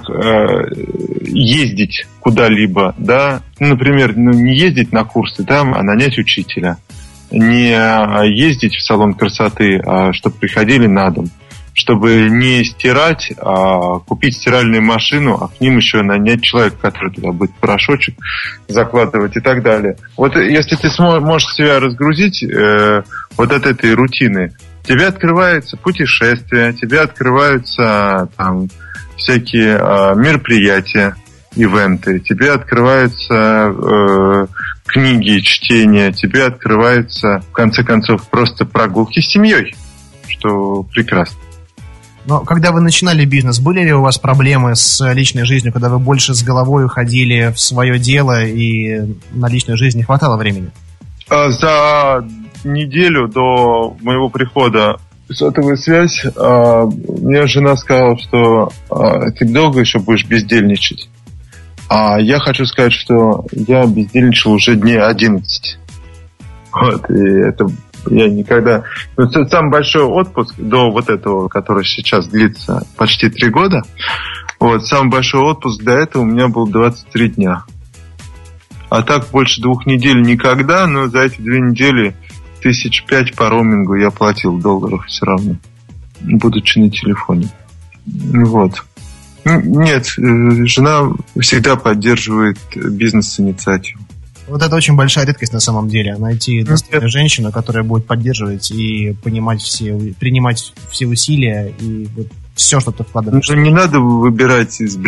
ездить куда-либо, да, например, не ездить на курсы, да, а нанять учителя, не ездить в салон красоты, а чтобы приходили на дом, чтобы не стирать, а купить стиральную машину, а к ним еще нанять человека, который туда будет порошочек закладывать и так далее. Если ты можешь себя разгрузить от этой рутины, тебе открываются путешествия, тебе открываются там всякие мероприятия, ивенты, тебе открываются книги, чтения, тебе открываются, в конце концов, просто прогулки с семьей, что прекрасно. Но когда вы начинали бизнес, были ли у вас проблемы с личной жизнью, когда вы больше с головой уходили в свое дело и на личную жизнь не хватало времени? За неделю до моего прихода в сотовую связь мне жена сказала, что ты долго еще будешь бездельничать. А я хочу сказать, что я бездельничал уже дней 11. Вот, и это я никогда... Самый большой отпуск до вот этого, который сейчас длится почти 3 года, вот, самый большой отпуск до этого у меня был 23 дня. А так больше 2 недель никогда, но за эти 2 недели 5,000 по роумингу я платил долларов все равно, будучи на телефоне. Вот. Нет, жена всегда поддерживает бизнес-инициативу. Вот это очень большая редкость на самом деле. Найти достойную женщину, которая будет поддерживать и принимать все усилия и вот все, что ты вкладываешь. Не надо выбирать из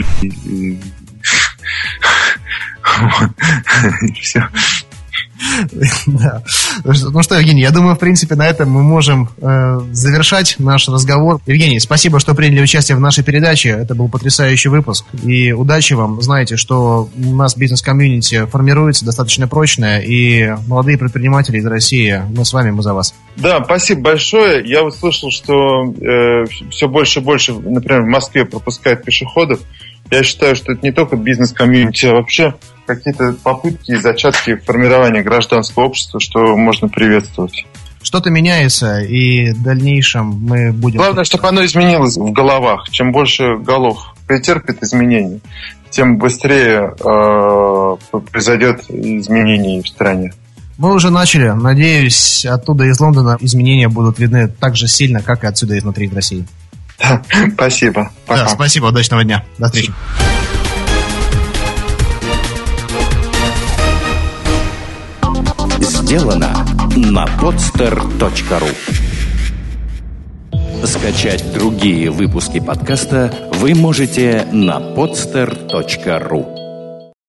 все. Да. Ну что, Евгений, я думаю, в принципе, на этом мы можем завершать наш разговор. Евгений, спасибо, что приняли участие в нашей передаче. Это был потрясающий выпуск. И удачи вам. Знаете, что у нас бизнес-комьюнити формируется достаточно прочное, и молодые предприниматели из России, мы с вами, мы за вас. Да, спасибо большое. Я услышал, что все больше и больше, например, в Москве пропускают пешеходов. Я считаю, что это не только бизнес-комьюнити, а вообще какие-то попытки и зачатки формирования гражданского общества, что можно приветствовать. Что-то меняется, и в дальнейшем мы будем... Главное, чтобы оно изменилось в головах. Чем больше голов претерпит изменения, тем быстрее произойдет изменение в стране. Мы уже начали. Надеюсь, оттуда из Лондона изменения будут видны так же сильно, как и отсюда изнутри из России. Спасибо. Пока. Да, спасибо. Удачного дня. До встречи. Сделано на podster.ru. Скачать другие выпуски подкаста вы можете на podster.ru.